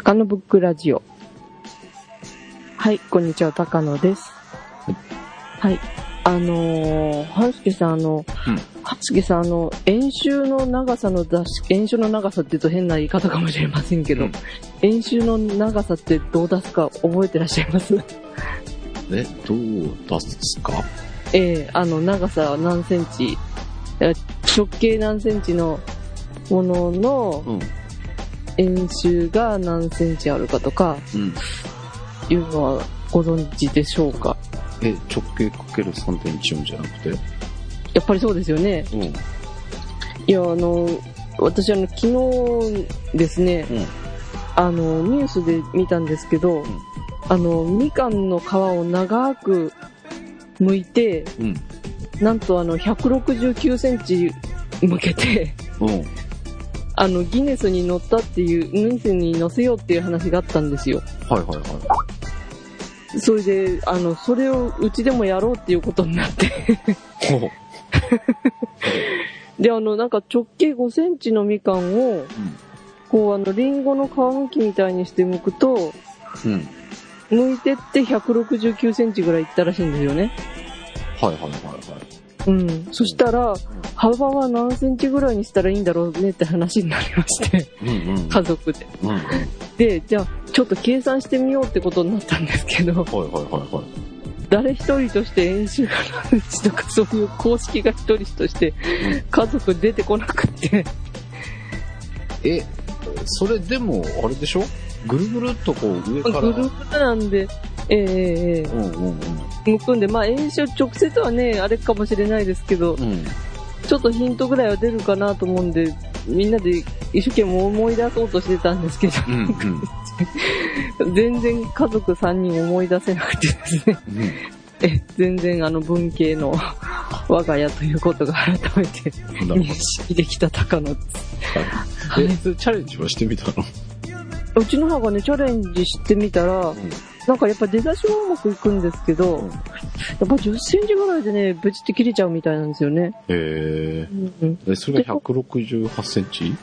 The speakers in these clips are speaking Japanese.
高野ブックラジオ。はい、こんにちは、高野です。はい。半助さん、半助さん、演習の長さって言うと変な言い方かもしれませんけど、演習の長さってどう出すか覚えてらっしゃいます？ どう出すか？ 長さ何センチ、直径何センチのものの、円周が何センチあるかとか、いうのはご存知でしょうか？ 直径かける 3.14 じゃなくて？ やっぱりそうですよね。いや、私昨日ですね、ニュースで見たんですけど、みかんの皮を長く剥いて、なんと169センチ向けて、ギネスに乗ったっていう、ギネスに乗せようっていう話があったんですよ。それで、それをうちでもやろうっていうことになってで、なんか直径5センチのみかんを、こう、リンゴの皮むきみたいにして剥くと、剥いてって169センチぐらいいったらしいんですよね。そしたら、幅は何センチぐらいにしたらいいんだろうねって話になりまして、家族で。で、じゃあ、ちょっと計算してみようってことになったんですけど、誰一人として演習が何日とかそういう公式が一人として家族出てこなくて。 それでも、あれでしょ？ぐるぐるっとこう上から。 ぐるぐるなんで、向くんで、演習直接はね、あれかもしれないですけど、ちょっとヒントぐらいは出るかなと思うんで、みんなで一生懸命思い出そうとしてたんですけど、全然家族3人思い出せなくてですね、全然文系の我が家ということが改めて認識できた高野です。 チャレンジはしてみたの？ うちの母がね、チャレンジしてみたら、なんかやっぱ出だしはうまくいくんですけど、やっぱ10センチぐらいでね、ブチって切れちゃうみたいなんですよね。 それが168センチ？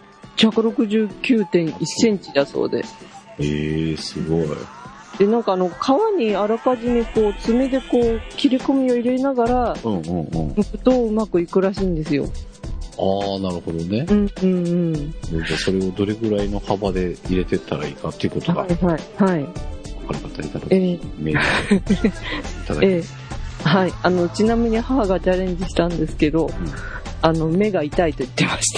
169.1 センチだそうで。 すごい。 で、なんか皮にあらかじめこう、爪でこう、切り込みを入れながら、剥くとうまくいくらしいんですよ。 なるほどね。じゃあそれをどれぐらいの幅で入れてったらいいかっていうことが。分かる方いただきメールいただきます。 ちなみに母がチャレンジしたんですけど、目が痛いと言ってました。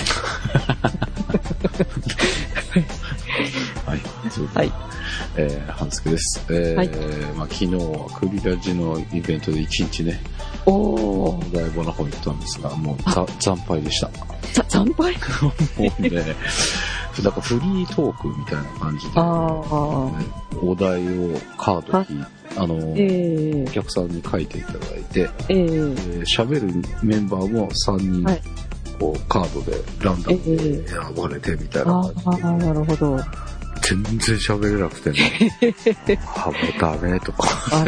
半助です。昨日はクリラジのイベントで1日ね、お台場の方行ったんですが、もう惨敗でした。 惨敗？ もうね、なんかフリートークみたいな感じで、お題をカードに、お客さんに書いていただいて、喋るメンバーも3人、こうカードでランダムで選ばれてみたいな感じで。 なるほど。 全然喋れなくてね。もうダメとか。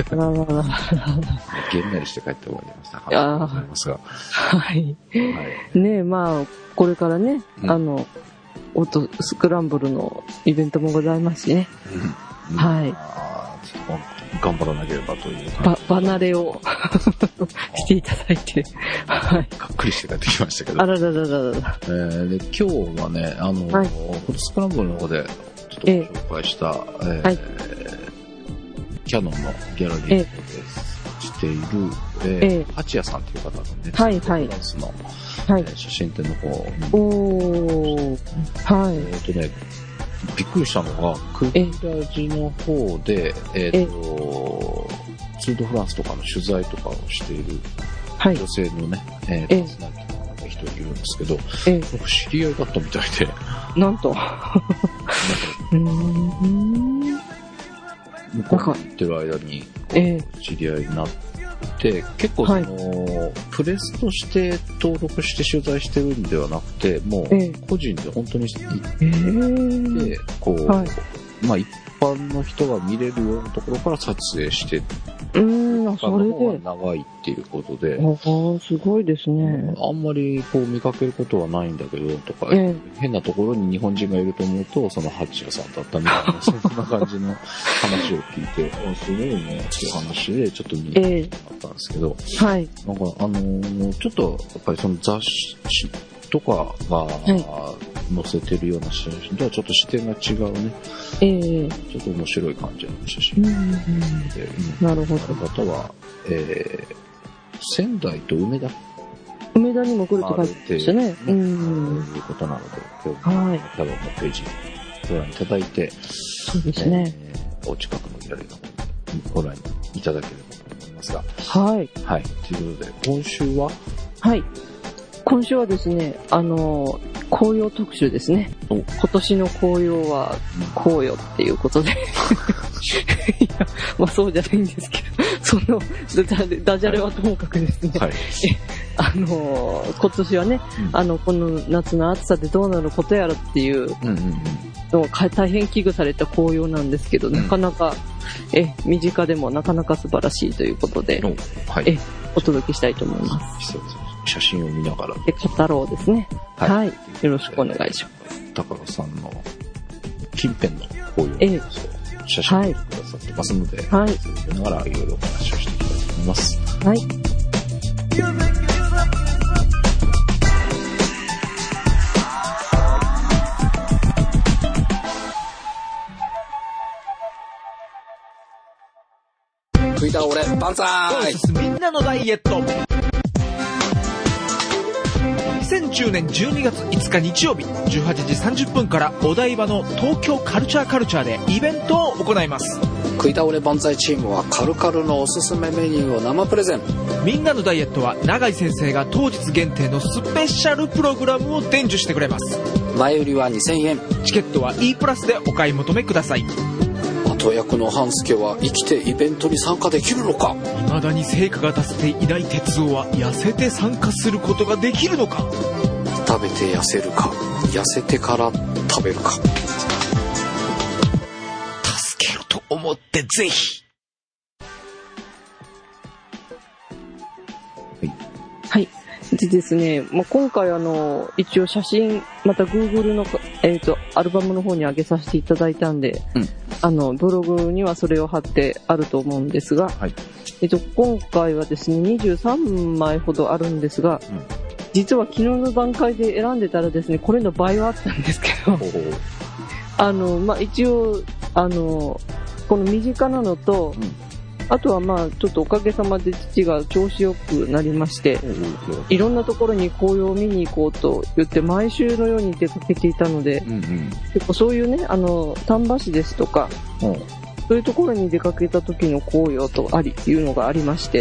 げんなりして帰って終わりました。 ねえ、これからね、オートスクランブルのイベントもございますしね。 ちょっと頑張らなければという離れをしていただいて、 がっくりして帰ってきましたけど。で今日はね、オートスクランブルの方でちょっと紹介した、キヤノンのギャラリーでしている、八谷さんという方のね、フランスの、写真展の方に、びっくりしたのが、クリラジの方で、ツードフランスとかの取材とかをしている女性のね、パーソナリティの人がいるんですけど、知り合いだったみたいで。 なんと。 向こうに行ってる間に、知り合いになって、結構プレスとして登録して取材してるんではなくて、もう個人で本当に行って、こう、一般の人が見れるようなところから撮影して、 そあ、それで。 長いっていうことで。 すごいですね。 あんまりこう見かけることはないんだけど、とか、変なところに日本人がいると思うと、そのハッチャーさんだったみたいな、そんな感じの話を聞いて、すごいね、っていう話で、ちょっと見に行ったんですけど、 はい。 なんか、ちょっと、やっぱりその雑誌とかが、載せてるような写真とはちょっと視点が違うね。ちょっと面白い感じの写真で、 なるほど。 方は、仙台と梅田にも来るって書いてましたね。 ということなので、今日もキャバのページご覧いただいて、 そうですね。 お近くのギャラリーの方にご覧いただければと思いますが。 はい。 はい。ということで、今週は今週はですね、紅葉特集ですね。今年の紅葉は紅葉っていうことで。いや、まあそうじゃないんですけど、その、ダジャレはともかくですね。はい。今年はね、この夏の暑さでどうなることやらっていうのを大変危惧された紅葉なんですけど、なかなか、身近でもなかなか素晴らしいということで、お届けしたいと思います。 写真を見ながら。 語ろうですね。はい。よろしくお願いします。 高野さんの近辺の紅葉を写真をくださってますので、見ながらいろいろお話をしていきたいと思います。はい。 食い倒れ万歳。 みんなのダイエット。2010年12月5日日曜日18時30分からお台場の東京カルチャーでイベントを行います。 食い倒れ万歳チームはカルカルのおすすめメニューを生プレゼン。 みんなのダイエットは永井先生が当日限定のスペシャルプログラムを伝授してくれます。 前売りは2000円。 チケットは E プラスでお買い求めください。 後役の半助は生きてイベントに参加できるのか。 未だに成果が出せていない哲夫は痩せて参加することができるのか。 食べて痩せるか、痩せてから食べるか。 助けろと思ってぜひ。 はい。でですね、今回一応写真、また Google の、アルバムの方に上げさせていただいたんで、ブログにはそれを貼ってあると思うんですが、今回はですね、23枚ほどあるんですが、実は昨日の段階で選んでたらですね、これの倍はあったんですけど、一応、この身近なのと、あとはちょっとおかげさまで父が調子よくなりまして、いろんなところに紅葉を見に行こうと言って毎週のように出かけていたので、結構そういうね、丹波市ですとか、そういうところに出かけた時の紅葉とありっていうのがありまして、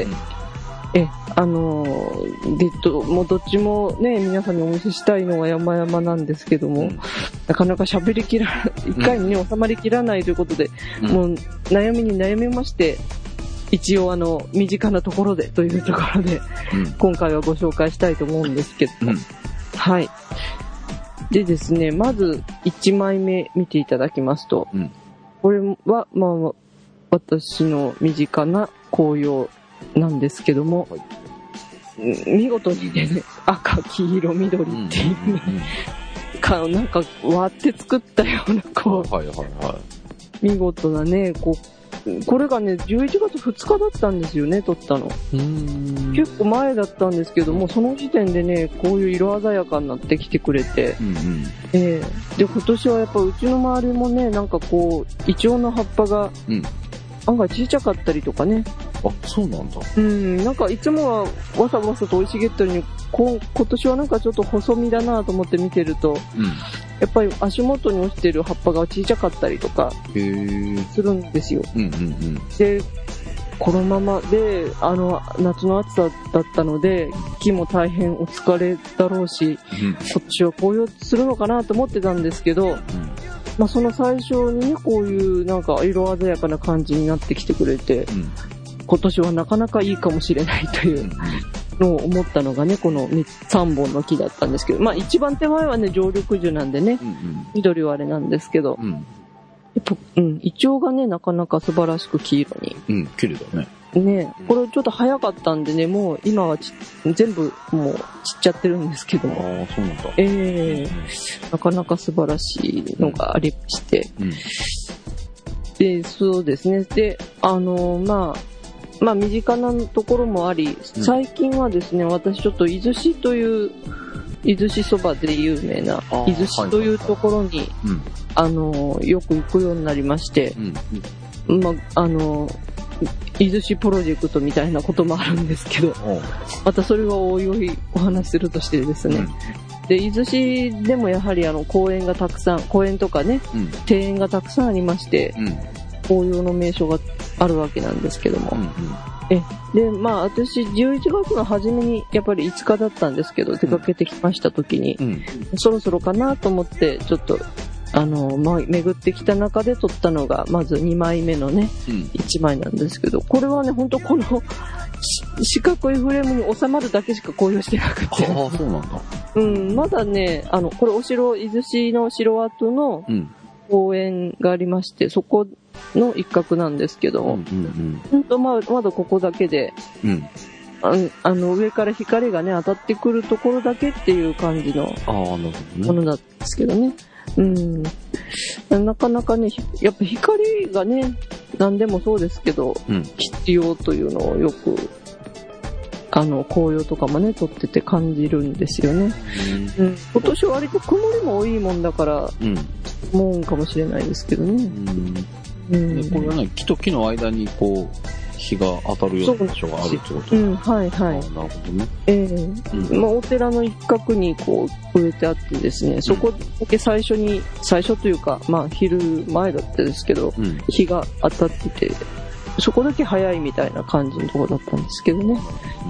もうどっちもね、皆さんにお見せしたいのは山々なんですけども、なかなか喋りきら、一回にね、収まりきらないということで、もう悩みに悩みまして、一応身近なところでというところで、今回はご紹介したいと思うんですけど、はい。でですね、まず1枚目見ていただきますと、これは私の身近な紅葉なんですけども、見事にね、赤、黄色、緑っていうね、なんか割って作ったような見事なね、これがね、11月2日だったんですよね、撮ったの。結構前だったんですけども、その時点でね、こういう色鮮やかになってきてくれて、で、今年はやっぱうちの周りもね、なんかイチョウの葉っぱが案外小さかったりとかね。 そうなんだ。 なんかいつもはわさわさと生い茂ったのに、今年はなんかちょっと細身だなと思って見てると、やっぱり足元に落ちてる葉っぱが小さかったりとかするんですよ。で、このままで夏の暑さだったので、木も大変お疲れだろうし、今年は紅葉するのかなと思ってたんですけど、その最初にね、こういうなんか色鮮やかな感じになってきてくれて、今年はなかなかいいかもしれないというのを思ったのがね、この3本の木だったんですけど、一番手前はね、常緑樹なんでね、緑はあれなんですけど、イチョウがね、なかなか素晴らしく黄色に。 綺麗だね。 ね、これちょっと早かったんでね、もう今は全部もう散っちゃってるんですけども。 ああ、そうなんだ。 なかなか素晴らしいのがありまして。で、そうですね。で、まあ身近なところもあり、最近はですね、私ちょっと伊豆市という、伊豆市そばで有名な伊豆市というところに、よく行くようになりまして、まあ、伊豆市プロジェクトみたいなこともあるんですけど、またそれはおいおいお話しするとしてですね、で伊豆市でもやはり公園がたくさん、公園とかね、庭園がたくさんありまして、紅葉の名所があるわけなんですけども、でまあ私11月の初めにやっぱり5日だったんですけど、出かけてきました時に、そろそろかなと思ってちょっと巡ってきた中で撮ったのがまず2枚目のね、1枚なんですけど、これはね本当この四角いフレームに収まるだけしか紅葉してなくて、 そうなんだ。 まだねこれ伊豆市の城跡の公園がありまして、そこの一角なんですけど、本当まだここだけで、上から光がね当たってくるところだけっていう感じのものだったんですけどね。なかなかね、やっぱ光がね、何でもそうですけど、必要というのをよく、紅葉とかもね、撮ってて感じるんですよね。今年は割と曇りも多いもんだから、もんかもしれないですけどね。 これはね、木と木の間にこう、日が当たるような場所があるってこと？ はいはい。 なるほどね。 まあお寺の一角にこう植えてあってですね、そこだけ最初というか、まあ昼前だったですけど、日が当たってて、そこだけ早いみたいな感じのところだったんですけどね。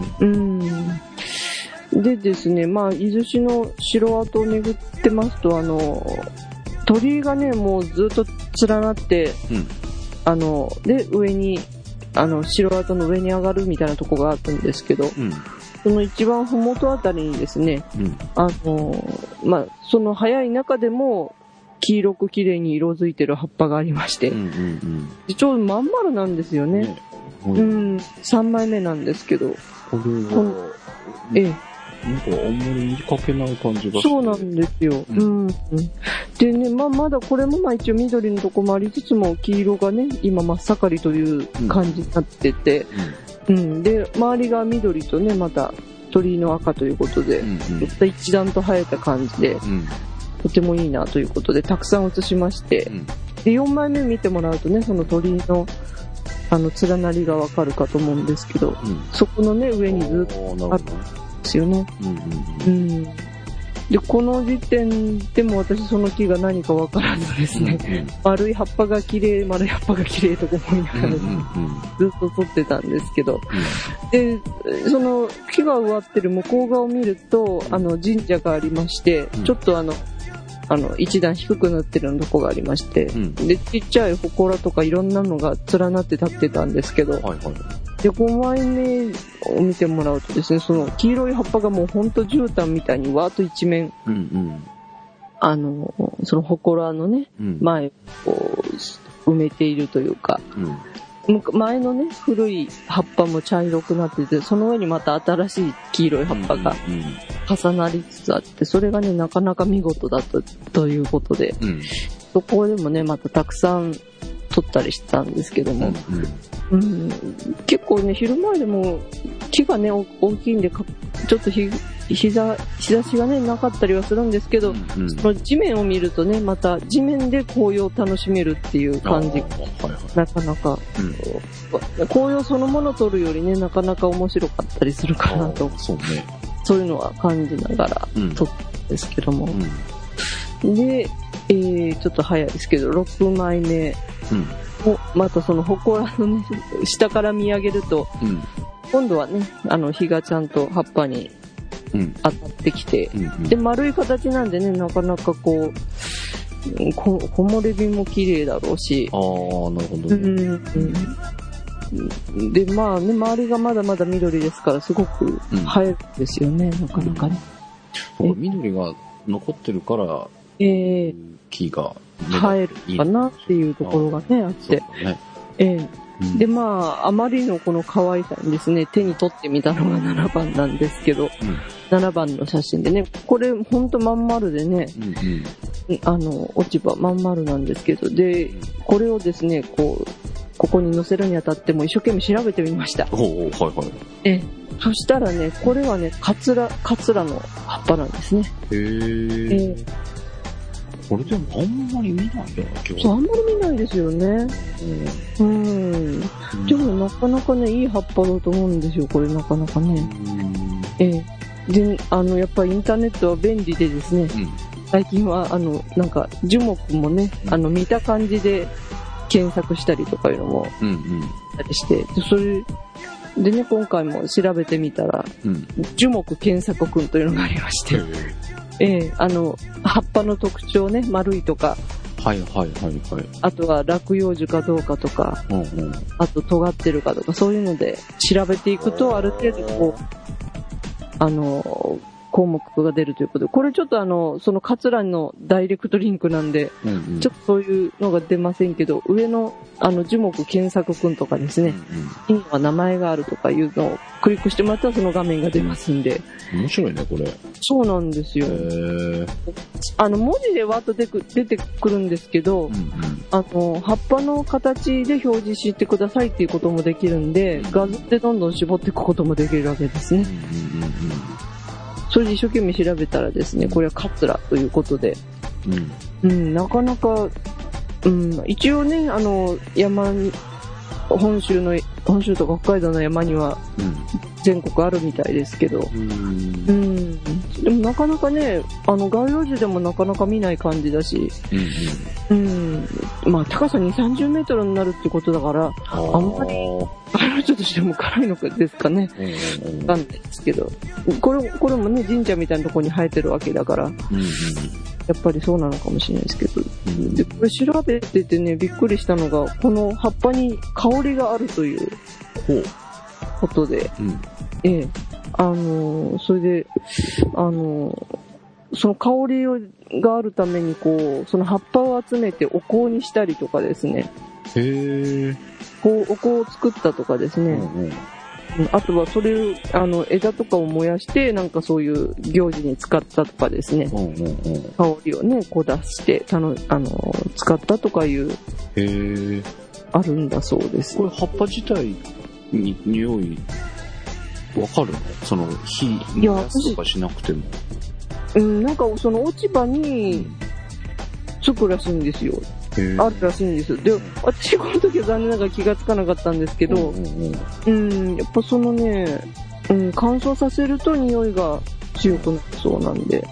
でですね、まあ伊豆市の城跡を巡ってますと、鳥居がね、もうずっと連なって、で上に城跡の上に上がるみたいなとこがあったんですけど、その一番麓あたりにですね、まあその早い中でも黄色く綺麗に色づいてる葉っぱがありまして、ちょうどまん丸なんですよね。3枚目なんですけど、 これはなんかあんまり見かけない感じがして。 そうなんですよ。でね、まだこれも一応緑のとこもありつつも、黄色がね、今真っ盛りという感じになってて、で、周りが緑とね、また鳥居の赤ということで、一段と生えた感じで、とてもいいなということで、たくさん写しまして、で、4枚目見てもらうとね、その鳥居の連なりがわかるかと思うんですけど、そこのね、上にずっとあるんですよね。で、この時点でも私その木が何かわからずですね、丸い葉っぱが綺麗とか思いながら、ずっと撮ってたんですけど、で、その木が植わってる向こう側を見ると、神社がありまして、ちょっと一段低くなってるようなとこがありまして、で、ちっちゃい祠とかいろんなのが連なって立ってたんですけど、で、5枚目を見てもらうとですね、その黄色い葉っぱがもうほんと絨毯みたいにわーっと一面、その祠のね、前を埋めているというか、前のね、古い葉っぱも茶色くなってて、その上にまた新しい黄色い葉っぱが重なりつつあって、それがね、なかなか見事だったということで、そこでもね、またたくさん撮ったりしてたんですけども、結構ね、昼前でも木がね、大きいんで、ちょっと日差しがね、なかったりはするんですけど、その地面を見るとね、また地面で紅葉を楽しめるっていう感じ、なかなか、紅葉そのものを撮るよりね、なかなか面白かったりするかなと、そういうのは感じながら撮ったんですけども。で、ちょっと早いですけど、6枚目を、またその祠のね、下から見上げると、今度はね、日がちゃんと葉っぱに当たってきて、で、丸い形なんでね、なかなかこう、木漏れ日も綺麗だろうし、 なるほどね。 で、まあね、周りがまだまだ緑ですから、すごく映えるんですよね、なかなかね。 緑が残ってるから、木が映えるかなっていうところがね、あって。 で、まあ、あまりのこの可愛さにですね、手に取ってみたのが7番なんですけど、7番の写真でね、これほんとまん丸でね、落ち葉まん丸なんですけど、で、これをですね、ここに載せるにあたっても一生懸命調べてみました。そしたらね、これはね、カツラの葉っぱなんですね。 これでもあんまり見ないよな、今日。 そう、あんまり見ないですよね。でもなかなかね、いい葉っぱだと思うんですよ、これなかなかね。で、やっぱりインターネットは便利でですね、最近は、なんか、樹木もね、見た感じで検索したりとかいうのも、したりして、それでね、今回も調べてみたら、樹木検索くんというのがありまして、葉っぱの特徴ね、丸いとか、あとは落葉樹かどうかとか、あと尖ってるかとか、そういうので調べていくと、ある程度こう、項目が出るということで、これちょっとそのカツラのダイレクトリンクなんで、ちょっとそういうのが出ませんけど、上の樹木検索くんとかですね、今は名前があるとかいうのをクリックしてもらったらその画面が出ますんで。 面白いね、これ。 そうなんですよ。文字でわーっと出てくるんですけど、葉っぱの形で表示してくださいっていうこともできるんで、画像でどんどん絞っていくこともできるわけですね。それで一生懸命調べたらですね、これはカツラということで、なかなか、一応ね、本州とか北海道の山には全国あるみたいですけど、でもなかなかね、街路樹でもなかなか見ない感じだし、まあ高さ2、30メートルになるってことだから、あんまり街路樹としても辛いのかですかね、わかんないですけど、これもね、神社みたいなところに生えてるわけだから、やっぱりそうなのかもしれないですけど、でこれ調べててね、びっくりしたのが、この葉っぱに香りがあるということで、それで、その香りがあるためにその葉っぱを集めてお香にしたりとかですね、お香を作ったとかですね、あとはそれを枝とかを燃やしてなんかそういう行事に使ったとかですね、香りをね出して使ったとかいうあるんだそうです。 これ葉っぱ自体に匂いわかるの？その火燃やすとかしなくても。 なんかその落ち葉につくらしいんですよ。あるらしいんです。で、私この時は残念ながら気がつかなかったんですけど、やっぱそのね、乾燥させると匂いが強くなるそうなんで、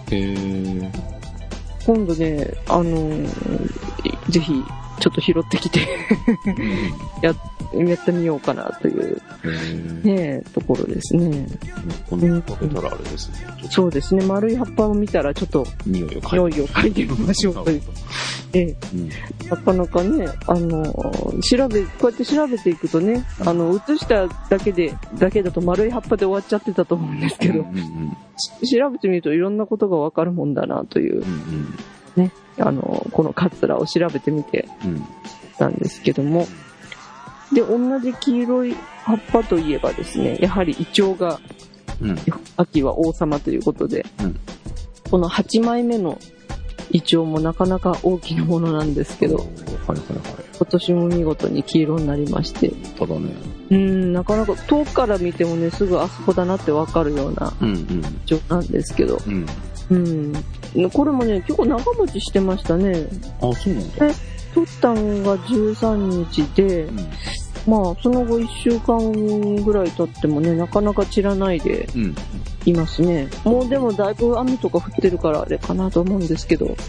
今度ね、ぜひちょっと拾ってきてやってみようかなというねところですね。 このかけたらあれですね。 そうですね。丸い葉っぱを見たらちょっと匂いを嗅いでみましょうという。なかなかね、こうやって調べていくとね、写しただけだと丸い葉っぱで終わっちゃってたと思うんですけど、調べてみるといろんなことがわかるもんだなという、ね、このカツラを調べてみてたんですけども、で、同じ黄色い葉っぱといえばですね、やはりイチョウが、秋は王様ということで、この8枚目のイチョウもなかなか大きなものなんですけど、今年も見事に黄色になりまして、 ただね、 なかなか遠くから見てもね、すぐあそこだなってわかるようなイチョウなんですけど、これもね、結構長持ちしてましたね。 あ、そうなんだ。 取ったんが13日で、まあその後1週間ぐらい経ってもね、なかなか散らないでいますね。もうでもだいぶ雨とか降ってるからあれかなと思うんですけど、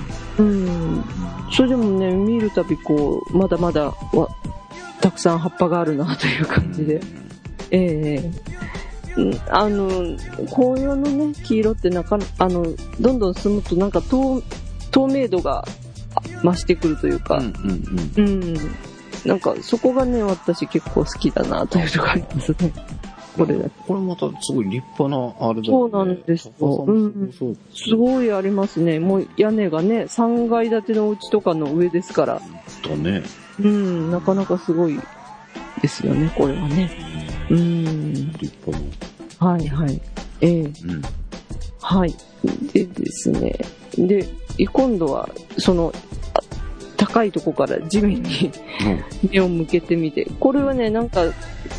それでもね、見るたびまだまだたくさん葉っぱがあるなという感じで、紅葉のね黄色ってどんどん進むとなんか透明度が増してくるというか、なんかそこがね私結構好きだなというところありますね。これまたすごい立派なあれだね。 そうなんですよ。すごいありますね。もう屋根がね3階建てのお家とかの上ですから。 だね。 なかなかすごいですよね、これはね。 立派な。 はいはい。はい。でですね。で、今度は、高いとこから地面に目を向けてみて、これはね、なんか、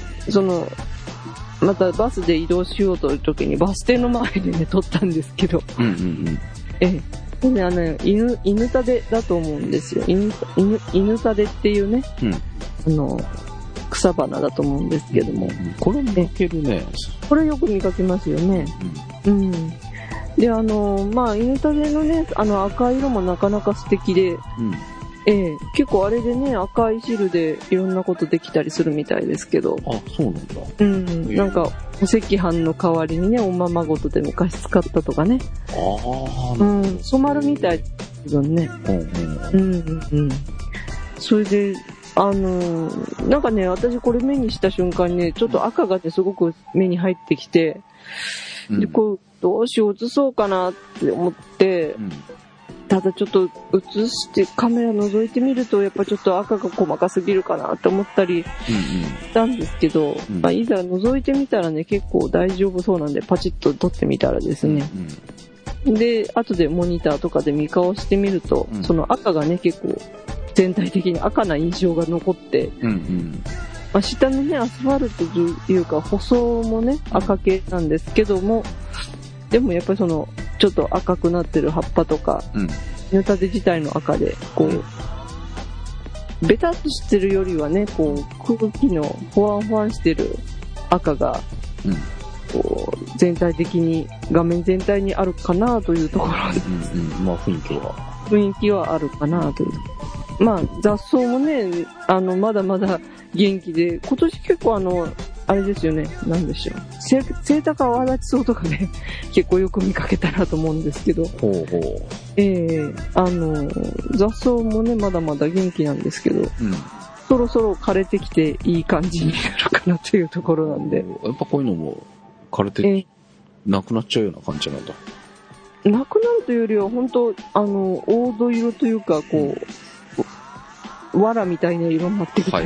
またバスで移動しようという時にバス停の前でね、撮ったんですけど、これね、犬タデだと思うんですよ。犬タデっていうね、草花だと思うんですけども。 これ見かけるね。 これよく見かけますよね。で、犬タデのね、赤色もなかなか素敵で、結構あれでね、赤い汁でいろんなことできたりするみたいですけど。 あ、そうなんだ。 なんか、お赤飯の代わりにね、おままごとで昔使ったとかね。染まるみたいですよね。それで、なんかね、私これ目にした瞬間にね、ちょっと赤がね、すごく目に入ってきて、で、どうしよう、映そうかなって思って、ただちょっと映してカメラ覗いてみるとやっぱちょっと赤が細かすぎるかなって思ったりしたんですけど、いざ覗いてみたらね結構大丈夫そうなんでパチッと撮ってみたらですね、で後でモニターとかで見返してみると、その赤がね結構全体的に赤な印象が残って、下のねアスファルトというか舗装もね赤系なんですけども、でもやっぱりちょっと赤くなってる葉っぱとか、犬タデ自体の赤で、ベタっとしてるよりはね、空気のほわんほわんしてる赤が、全体的に、画面全体にあるかなというところです。 まあ雰囲気はあるかなという。まあ雑草もね、まだまだ元気で、今年結構あれですよね、なんでしょう。セイタカアワダチソウとかね、結構よく見かけたなと思うんですけど。雑草もね、まだまだ元気なんですけど、そろそろ枯れてきていい感じになるかなというところなんで。 やっぱこういうのも枯れて、なくなっちゃうような感じなんだ。 なくなるというよりは、本当黄土色というか、藁みたいな色になってきて、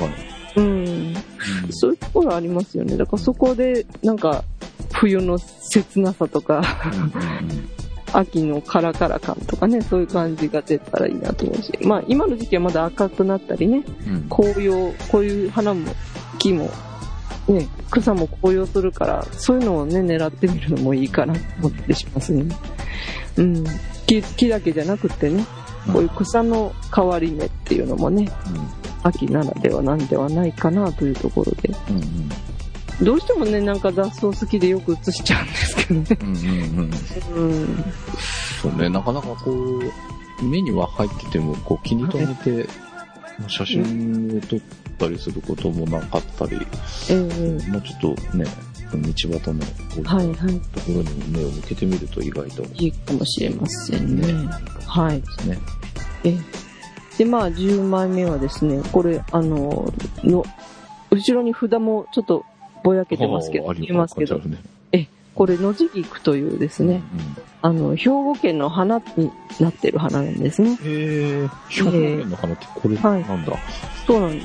そういうところありますよね。だからそこでなんか冬の切なさとか秋のカラカラ感とかね、そういう感じが出たらいいなと思うし、まあ今の時期はまだ赤くなったりね、紅葉、こういう花も木もね、草も紅葉するから、そういうのをね狙ってみるのもいいかなと思ってしますね。木だけじゃなくてね、こういう草の変わり目っていうのもね、秋ならではなんではないかなというところで、どうしてもねなんか雑草好きでよく写しちゃうんですけどね。 そうね、なかなか目には入ってても気に留めて写真を撮ったりすることもなかったり、まあちょっとね道端のところに目を向けてみると意外といいかもしれませんね。はいですね。でまあ10枚目はですね、これ後ろに札もちょっとぼやけてますけど、見えますけど、これ野地菊というですね、兵庫県の花になってる花なんですね。 兵庫県の花ってこれなんだ。 そうなんです。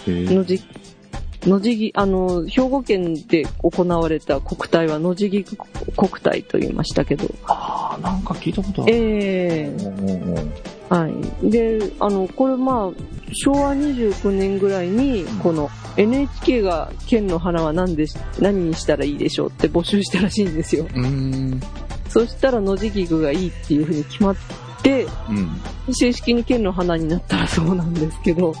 兵庫県で行われた国体は野地菊国体と言いましたけど。 なんか聞いたことある。 はい。で、これまあ、昭和29年ぐらいに、この NHK が県の花は何にしたらいいでしょうって募集したらしいんですよ。そしたら野地菊がいいっていう風に決まって、正式に県の花になったらそうなんですけど。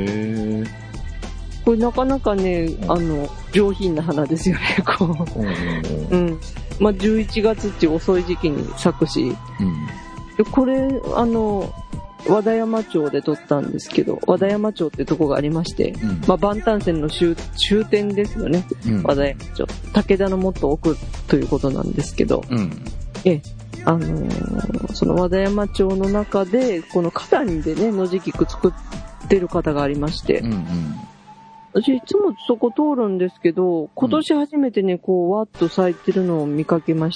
これなかなかね、上品な花ですよね、まあ、11月っていう遅い時期に咲くし、でこれ、和田山町で撮ったんですけど、和田山町ってとこがありまして、まあ、万端線の終点ですよね、和田山町。武田のもっと奥ということなんですけど、その和田山町の中で、この花壇でね、野地菊作ってる方がありまして、私いつもそこ通るんですけど、今年初めてね、わっと咲いてるのを見かけまして、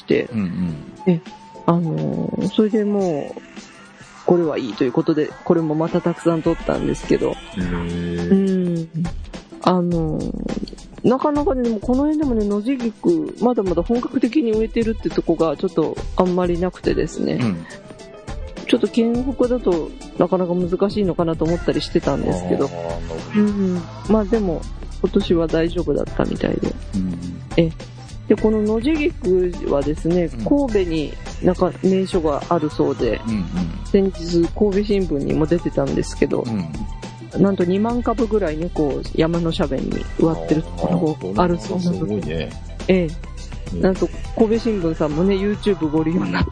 それでもう、これはいいということで、これもまたたくさん撮ったんですけど、 なかなかね、でもこの辺でもね、野地菊、まだまだ本格的に植えてるってとこがちょっとあんまりなくてですね、ちょっと県北だとなかなか難しいのかなと思ったりしてたんですけど、まあでも今年は大丈夫だったみたいで、でこの野地菊はですね、神戸になんか名所があるそうで、先日神戸新聞にも出てたんですけど、なんと2万株ぐらいね、こう山の斜面に植わってるところがあるそうなので、なんと神戸新聞さんもね YouTube ご利用になって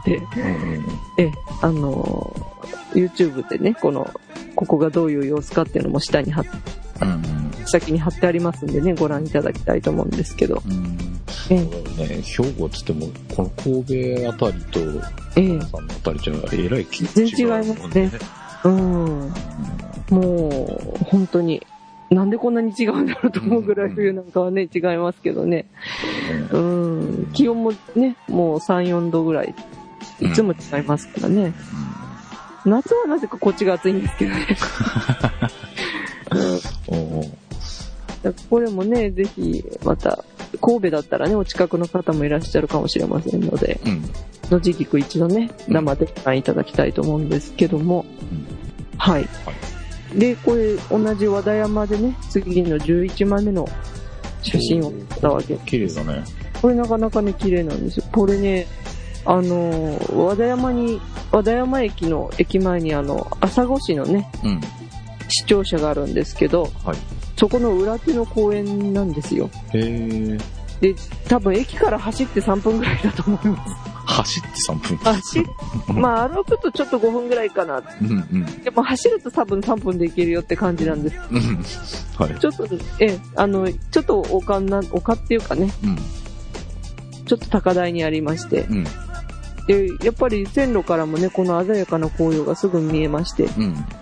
、YouTube でね、ここがどういう様子かっていうのも下に先に貼ってありますんでね、ご覧いただきたいと思うんですけど、 そうだよね、兵庫っつってもこの神戸あたりと奈良さんのあたりじゃえらい全然違いますね。もう本当になんでこんなに違うんだろうと思うぐらい冬なんかはね違いますけどね、気温もねもう 3,4 度ぐらいいつも違いますからね、夏はなぜかこっちが暑いんですけどねこれもねぜひまた神戸だったらねお近くの方もいらっしゃるかもしれませんので、野地菊一度ね生でご覧いただきたいと思うんですけども、でこれ同じ和田山でね次の11枚目の写真を撮ったわけです。 綺麗だね。 これなかなかね綺麗なんですよ。これね和田山駅の駅前に朝来市のね、市庁舎があるんですけど、そこの裏手の公園なんですよ。で多分駅から走って3分ぐらいだと思います。 走って3分まあ歩くとちょっと5分ぐらいかな、でも走ると多分3分で行けるよって感じなんです、ちょっとちょっと丘っていうかね、ちょっと高台にありまして、でやっぱり線路からもねこの鮮やかな紅葉がすぐ見えまして、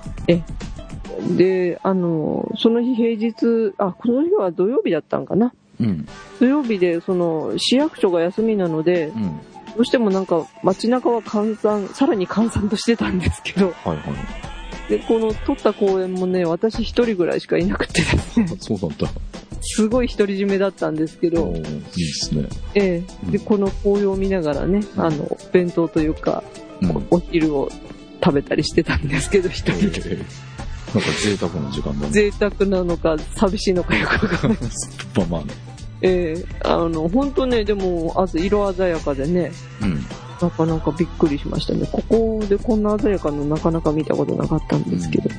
でその日平日この日は土曜日だったんかな、土曜日でその市役所が休みなので、どうしてもなんか街中はさらに閑散としてたんですけど、でこの撮った公園もね私一人ぐらいしかいなくてですねそうだった。 すごい独り占めだったんですけど、 いいですね。 でこの紅葉を見ながらね弁当というか、お昼を食べたりしてたんですけど一人で、 なんか贅沢な時間だね。 贅沢なのか寂しいのかよくわかんないですまあ本当ねでも色鮮やかでね、なかなかびっくりしましたね。ここでこんな鮮やかのなかなか見たことなかったんですけど、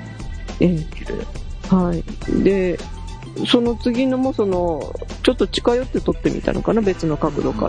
でその次のもちょっと近寄って撮ってみたのかな、別の角度から、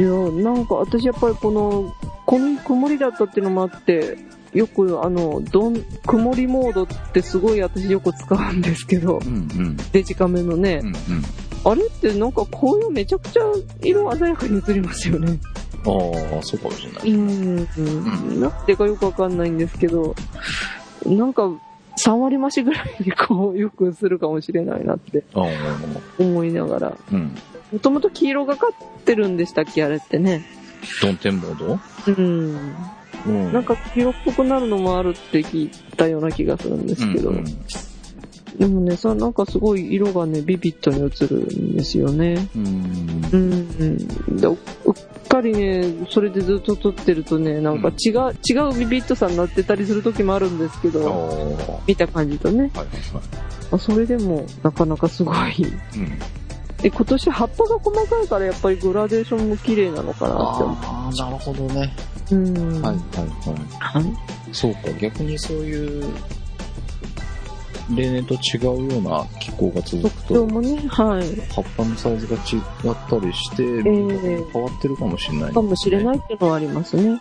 なんか私やっぱりこの日曇りだったっていうのもあってよく曇りモードってすごい私よく使うんですけど、デジカメのね、あれってなんか紅葉めちゃくちゃ色鮮やかに映りますよね。 そうかもしれない。 なんでかよくわかんないんですけど、なんか3割増しぐらいにこうよく映るかもしれないなって思いながら、もともと黄色がかってるんでしたっけあれってね。 曇天モード？ なんか黄色っぽくなるのもあるって聞いたような気がするんですけど、でもねなんかすごい色がねビビッドに映るんですよね。でうっかりねそれでずっと撮ってるとねなんか違うビビッドさになってたりする時もあるんですけど、見た感じとね、それでもなかなかすごい、今年葉っぱが細かいからやっぱりグラデーションも綺麗なのかなって思う。 なるほどね。そうか、逆にそういう例年と違うような気候が続くと、葉っぱのサイズが違ったりして、変わってるかもしれない、 かもしれないっていうのはありますね。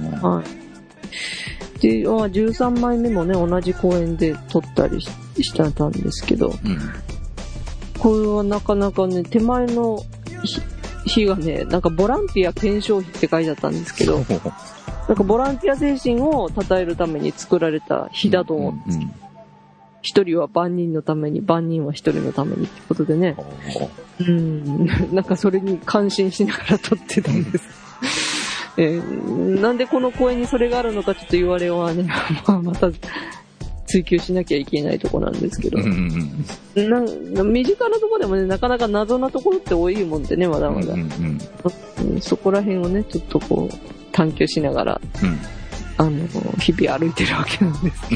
で、13枚目もね同じ公園で撮ったりしてたんですけど、これはなかなかね手前の日がねなんかボランティア検証費って書いてあったんですけどなんかボランティア精神を称えるために作られた日だと思うんですけど、一人は万人のために、万人は一人のためにってことでね、なんかそれに感心しながら撮ってたんですなんでこの公園にそれがあるのかちょっと言われはねまた追求しなきゃいけないとこなんですけど、身近なところでもね、なかなか謎なところって多いもんでね、まだまだ。そこら辺をね、ちょっとこう、探求しながら、日々歩いてるわけなんです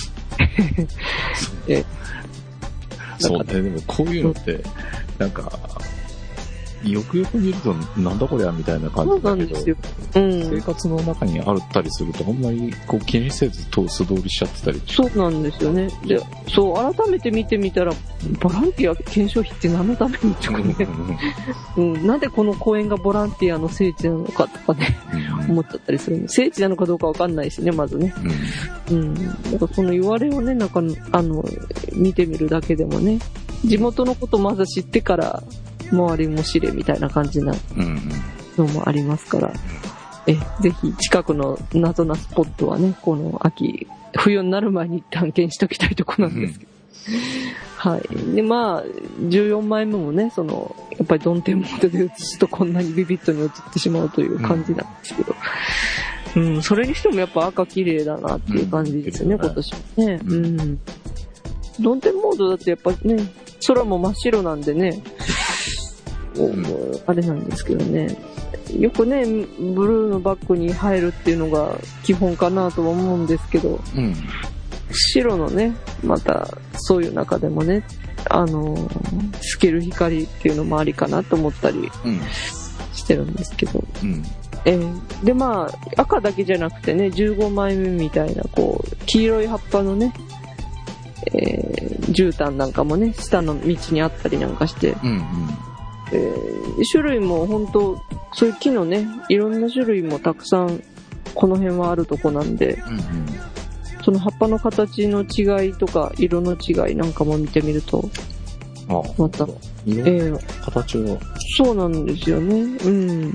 けど。 そうね、でもこういうのって、なんか、よくよく見るとなんだこりゃみたいな感じだけど、生活の中にあったりするとあんまりこう気にせず素通りしちゃってたり。 そうなんですよね。で、そう改めて見てみたらボランティア検証費って何のためにとかね、なんでこの公園がボランティアの聖地なのかとかね、思っちゃったりする。聖地なのかどうかわかんないしね、まずね。なんかその言われをね、なんか見てみるだけでもね、地元のことまず知ってから。周りも知れみたいな感じなのもありますから、ぜひ近くの謎なスポットはね、この秋、冬になる前に探検しときたいとこなんですけど。はい。で、まあ、14枚目もね、やっぱりドンテンモードで映すとこんなにビビッドに映ってしまうという感じなんですけど。それにしてもやっぱ赤綺麗だなっていう感じですね、今年はね。ドンテンモードだってやっぱね、空も真っ白なんでね、あれなんですけどね、よくねブルーのバッグに入るっていうのが基本かなとは思うんですけど、白のねまたそういう中でもね透ける光っていうのもありかなと思ったりしてるんですけど、でまあ赤だけじゃなくてね15枚目みたいなこう黄色い葉っぱのね絨毯なんかもね下の道にあったりなんかして、種類も本当そういう木のねいろんな種類もたくさんこの辺はあるとこなんで、その葉っぱの形の違いとか色の違いなんかも見てみるとまた色形はそうなんですよね。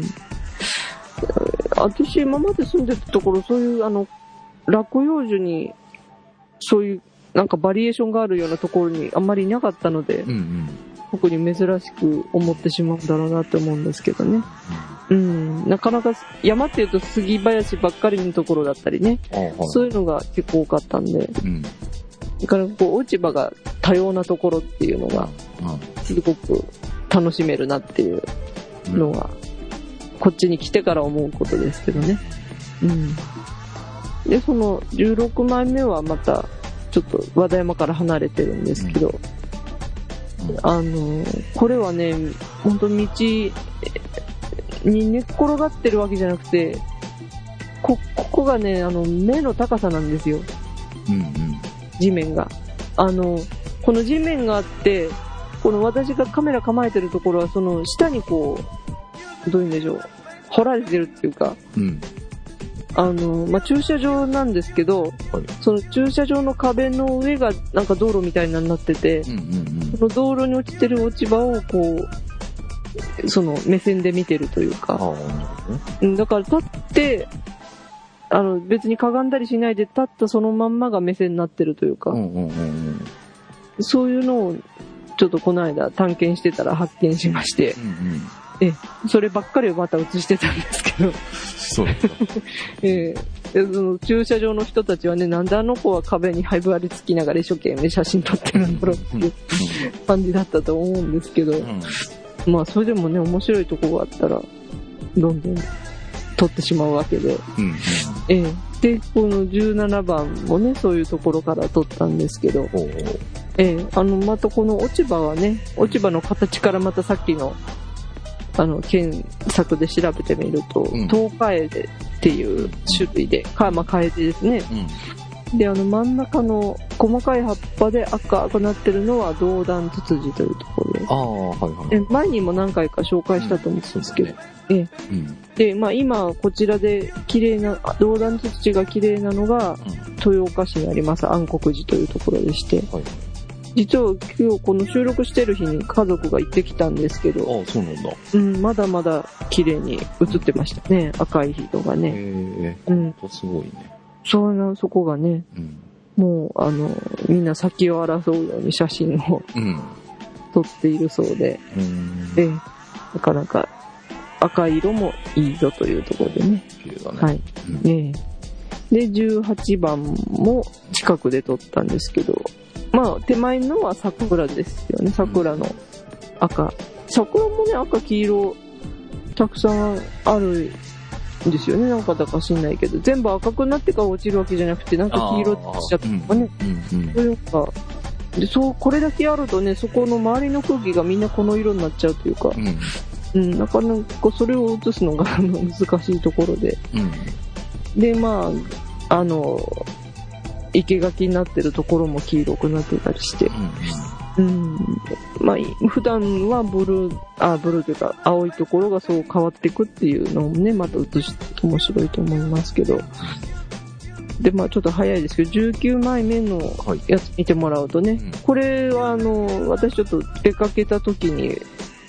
私今まで住んでたところそういう落葉樹にそういうなんかバリエーションがあるようなところにあんまりいなかったので、特に珍しく思ってしまうんだろうなって思うんですけどね。なかなか山っていうと杉林ばっかりのところだったりね、そういうのが結構多かったんで、だからこう落ち葉が多様なところっていうのがすごく楽しめるなっていうのがこっちに来てから思うことですけどね。でその16枚目はまたちょっと和田山から離れてるんですけど、これはね本当道に寝っ転がってるわけじゃなくてここがね目の高さなんですよ、地面がこの地面があってこの私がカメラ構えてるところはその下にこうどういうんでしょう掘られてるっていうか、駐車場なんですけど、その駐車場の壁の上がなんか道路みたいになってて、その道路に落ちてる落ち葉をこうその目線で見てるというか、だから立って別にかがんだりしないで立ったそのまんまが目線になってるというか、そういうのをちょっとこの間探検してたら発見しまして、そればっかりをまた映してたんですけどそうでその駐車場の人たちはねなんであの子は壁に這いぶりつきながら一生懸命写真撮ってるんだろうっていう感じだったと思うんですけど、まあそれでもね面白いとこがあったらどんどん撮ってしまうわけで、でこの17番もねそういうところから撮ったんですけど、またこの落ち葉はね落ち葉の形からまたさっきの検索で調べてみると、トウカエデっていう種類で、カエデですね。で、真ん中の細かい葉っぱで赤くなってるのはドウダンツツジというところで、前にも何回か紹介したと思うんですけど、で、まあ今こちらで綺麗な、ドウダンツツジが綺麗なのが、豊岡市にあります安国寺というところでして、実は今日この収録してる日に家族が行ってきたんですけど、 そうなんだ。 まだまだ綺麗に映ってましたね、赤い人がね。 すごいね。 そこがね、もうみんな先を争うように写真を、撮っているそうで、なかなか赤い色もいいぞというところでね。 綺麗だね。 で、18番も近くで撮ったんですけど、まあ、手前のは桜ですよね。桜の赤。桜もね、赤、黄色、たくさんあるんですよね。なんかだか知んないけど、全部赤くなってから落ちるわけじゃなくて、なんか黄色ってしちゃったとかね。そういうか、で、これだけあるとね、そこの周りの空気がみんなこの色になっちゃうというか、なかなかそれを映すのが難しいところで。で、まあ、生垣になってるところも黄色くなってたりして。まあ、普段はブルーというか、青いところがそう変わっていくっていうのをね、また映して面白いと思いますけど。で、まあちょっと早いですけど、19枚目のやつ見てもらうとね、これは私ちょっと出かけた時に、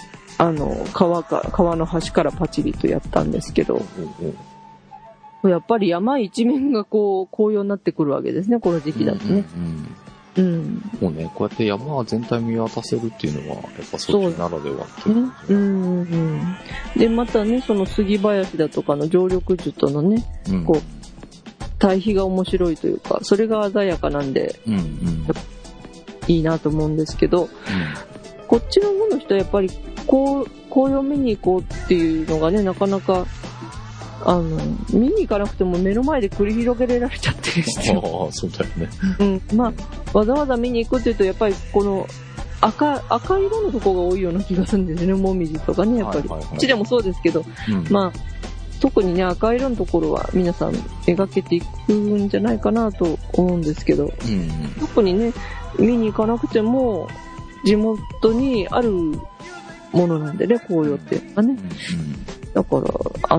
川の端からパチリとやったんですけど、やっぱり山一面がこう、紅葉になってくるわけですね、この時期だとね。 もうね、こうやって山全体見渡せるっていうのは、やっぱそっちならではっていう。 で、またね、その杉林だとかの常緑樹とのね、こう、対比が面白いというか、それが鮮やかなんで、いいなと思うんですけど、こっちの方の人はやっぱり、紅葉見に行こうっていうのがね、なかなか、見に行かなくても目の前で繰り広げられちゃってるんですよ。 ああ、そうだよね。 まあ、わざわざ見に行くっていうと、やっぱりこの赤色のとこが多いような気がするんですね、もみじとかね、やっぱり。こっちでもそうですけど、まあ、特にね、赤色のところは皆さん描けていくんじゃないかなと思うんですけど、特にね、見に行かなくても、地元にあるものなんでね、紅葉っていうのがね。だから、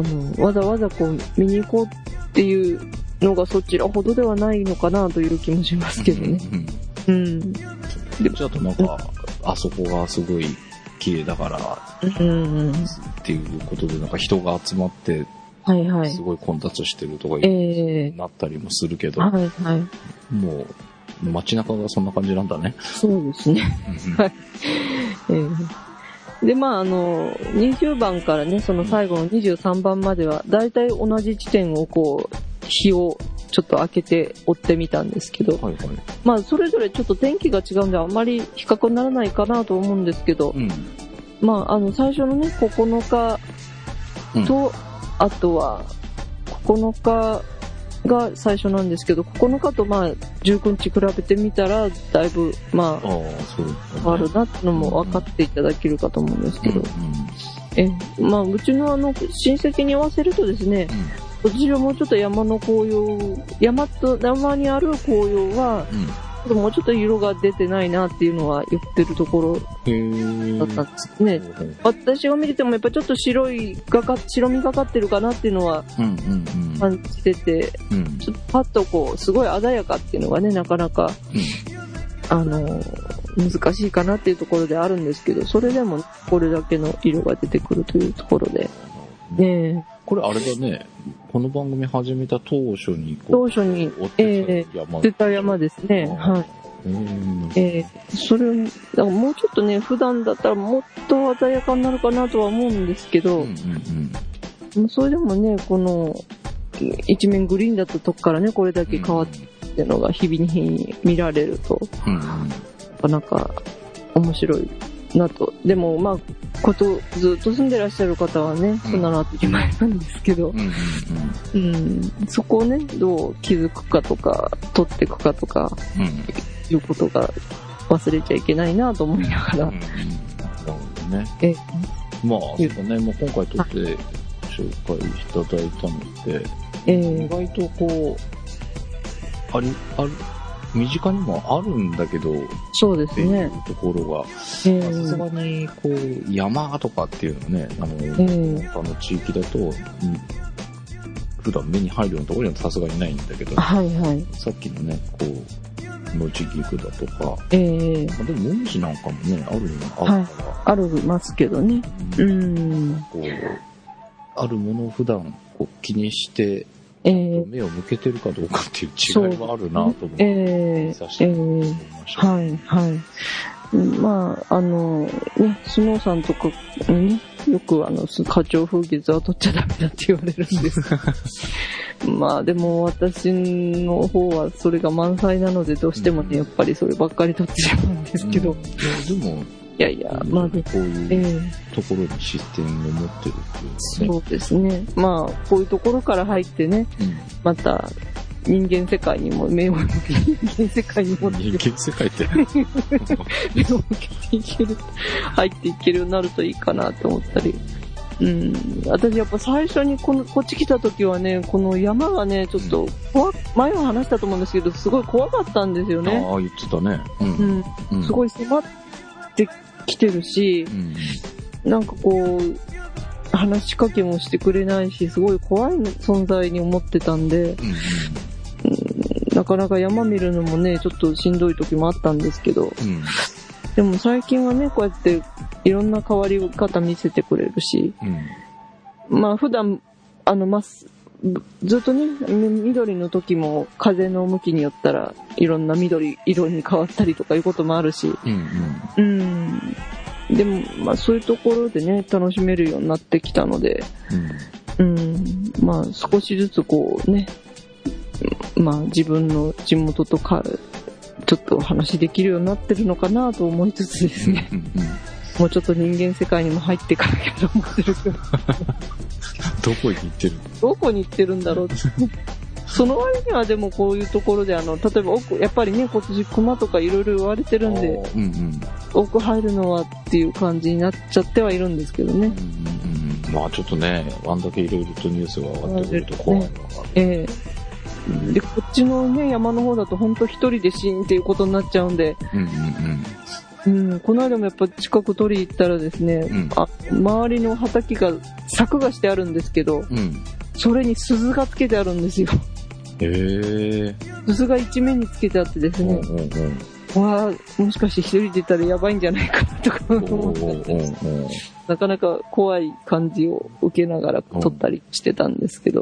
わざわざこう、見に行こうっていうのがそちらほどではないのかなという気もしますけどね。 でもちょっとなんか、あそこがすごい綺麗だから、っていうことで、なんか人が集まって、すごい混雑してるとかなったりもするけど、もう、街中がそんな感じなんだね。 そうですね。で、まあ、20番からね、その最後の23番までは、だいたい同じ地点をこう、日をちょっと開けて追ってみたんですけど、まあ、それぞれちょっと天気が違うんで、あんまり比較にならないかなと思うんですけど、まあ、最初のね、9日と、あとは、9日が最初なんですけど、9日とまあ、19日比べてみたら、だいぶ、まあ、変わるなってのも分かっていただけるかと思うんですけど、まあ、うちの親戚に言わせるとですね、私はもうちょっと山の紅葉、山にある紅葉は、もうちょっと色が出てないなっていうのは言ってるところだったんですね。私が見ててもやっぱりちょっと白みがかってるかなっていうのは感じてて、ちょっとパッとこうすごい鮮やかっていうのがね、なかなか、難しいかなっていうところであるんですけど、それでもこれだけの色が出てくるというところで。 これあれだね、この番組始めた当初に出た山ですね。はい。それだからもうちょっとね、普段だったらもっと鮮やかになるかなとは思うんですけど、それでもね、この一面グリーンだったとこからね、これだけ変わってるのが日々に見られると、なかなか面白いなと。でもまあずっと住んでらっしゃる方はね、そんなの当たり前なんですけど、そこをね、どう気づくかとか、取っていくかとか、いうことが忘れちゃいけないなと思いながら。なるほどね。まあ、そうだね、もう今回撮って紹介いただいたので、意外とこう、身近にもあるんだけど、 そうですね。 っていうところが、さすがに、こう、山とかっていうのね、他の地域だと、普段目に入るようなところにはさすがにないんだけど、さっきのね、こう、野地菊だとか、でも、もみじなんかもね、あるから。 ありますけどね。 こう、あるものを普段こう気にして、目を向けてるかどうかっていう違いはあるなと思って、させて思いました。 まあ、ね、スノーさんとかね、よく花鳥風月は撮っちゃダメだって言われるんですが、 まあでも私の方はそれが満載なのでどうしてもね、やっぱりそればっかり撮ってしまうんですけど。 でも、 まあ、 こういうところに視点を持ってるっていう、ね、 そうですね。まあ、こういうところから入ってね、また、人間世界にも目を向けて、人間世界にも人間世界って目を向けていける、入っていけるようになるといいかなと思ったり。私やっぱ最初にこっち来た時はね、この山がね、ちょっと前は話したと思うんですけど、すごい怖かったんですよね。 ああ、言ってたね。 すごい迫ってきてるし、なんかこう、話しかけもしてくれないし、すごい怖い存在に思ってたんで、なかなか山見るのもね、ちょっとしんどい時もあったんですけど、でも最近はね、こうやっていろんな変わり方見せてくれるし、まあ普段、ずっとね、緑の時も風の向きによったらいろんな緑色に変わったりとかいうこともあるし、でも、まあそういうところでね、楽しめるようになってきたので、まあ少しずつこうね、まあ自分の地元とか、ちょっと話できるようになってるのかなと思いつつですね、もうちょっと人間世界にも入っていかなきゃと思ってるけど。 どこに行ってるどこに行ってるんだろうって。その割にはでもこういうところで例えば奥、やっぱりね、今年熊とかいろいろ言われてるんで、奥入るのはっていう感じになっちゃってはいるんですけどね。 まあちょっとね、あんだけいろいろとニュースが上がってくると怖いのが。 で、こっちのね、山の方だと本当一人でシーンっていうことになっちゃうんで、この間もやっぱ近く取り行ったらですね、周りの畑が柵がしてあるんですけど、それに鈴がつけてあるんですよ。鈴が一面につけてあってですね、わあ、もしかして一人でいたらやばいんじゃないかなとか思ったりして、なかなか怖い感じを受けながら撮ったりしてたんですけど、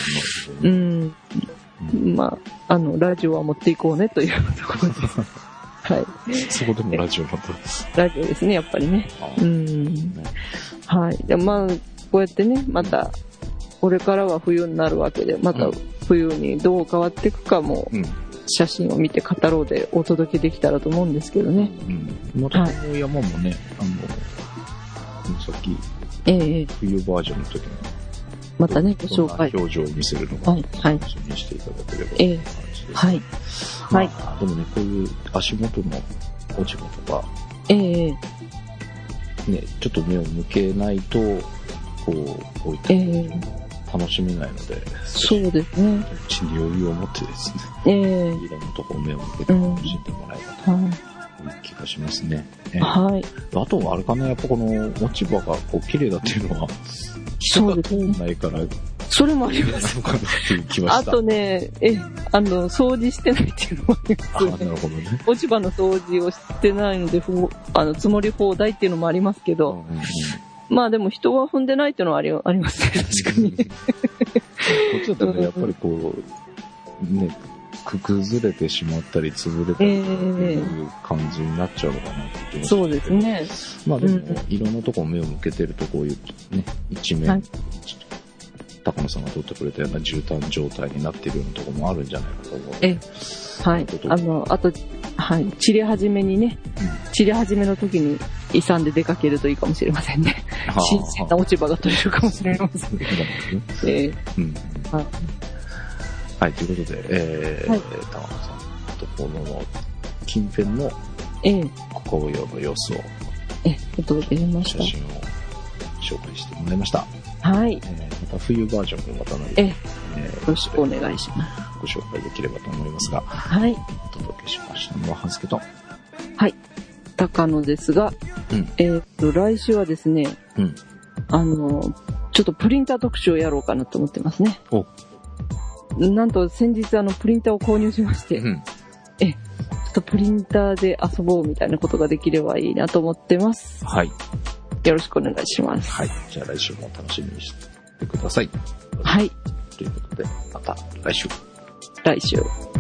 まあ、ラジオは持っていこうねというところです。はい。 そこでもラジオなんですラジオですね、やっぱりね。はい。で、まあ、こうやってね、また、これからは冬になるわけで、また冬にどう変わっていくかも、写真を見て語ろうでお届けできたらと思うんですけどね。 またこの山もね、さっき、冬バージョンの時の、 またね、ご紹介。 表情を見せるのを楽しみにしていただければという感じです。 はい。 でもね、こういう足元の落ち葉とか、ね、ちょっと目を向けないと、こう、こういった楽しめないので、 そうですね。 うちに余裕を持ってですね、いろんなところ目を向けて楽しんでもらえばという気がしますね。あとはあれかな、やっぱこの落ち葉がこう綺麗だっていうのは、人が通んないから、 それもあります。あとね、掃除してないっていうのもありますね。 なるほどね。 落ち葉の掃除をしてないので、積もり放題っていうのもありますけど、まあでも人は踏んでないっていうのはありますね、確かに。こっちだとね、やっぱりこう、ね、崩れてしまったり潰れたりという感じになっちゃうのかなって気がして。 そうですね。 まあでも、いろんなところ目を向けてるとこういうね、一面、高野さんが撮ってくれたような絨毯状態になっているようなところもあるんじゃないかと思うので。 あと、散り始めにね、散り始めの時に勇んで出かけるといいかもしれませんね。新鮮な落ち葉が取れるかもしれませんね。 はい、ということで、高野さんとこの近辺の紅葉の様子を、 お届けしました。 写真を紹介してもらいました。 はい。 また冬バージョンもまた何か、 よろしくお願いします。 ご紹介できればと思いますが、 はい。 お届けしましたのは、はずけと。 はい。高野ですが、来週はですね、ちょっとプリンター特集をやろうかなと思ってますね。なんと先日プリンターを購入しまして、ちょっとプリンターで遊ぼうみたいなことができればいいなと思ってます。 はい。 よろしくお願いします。 はい。じゃあ来週も楽しみにしてください。 はい。 ということで、また来週。 来週。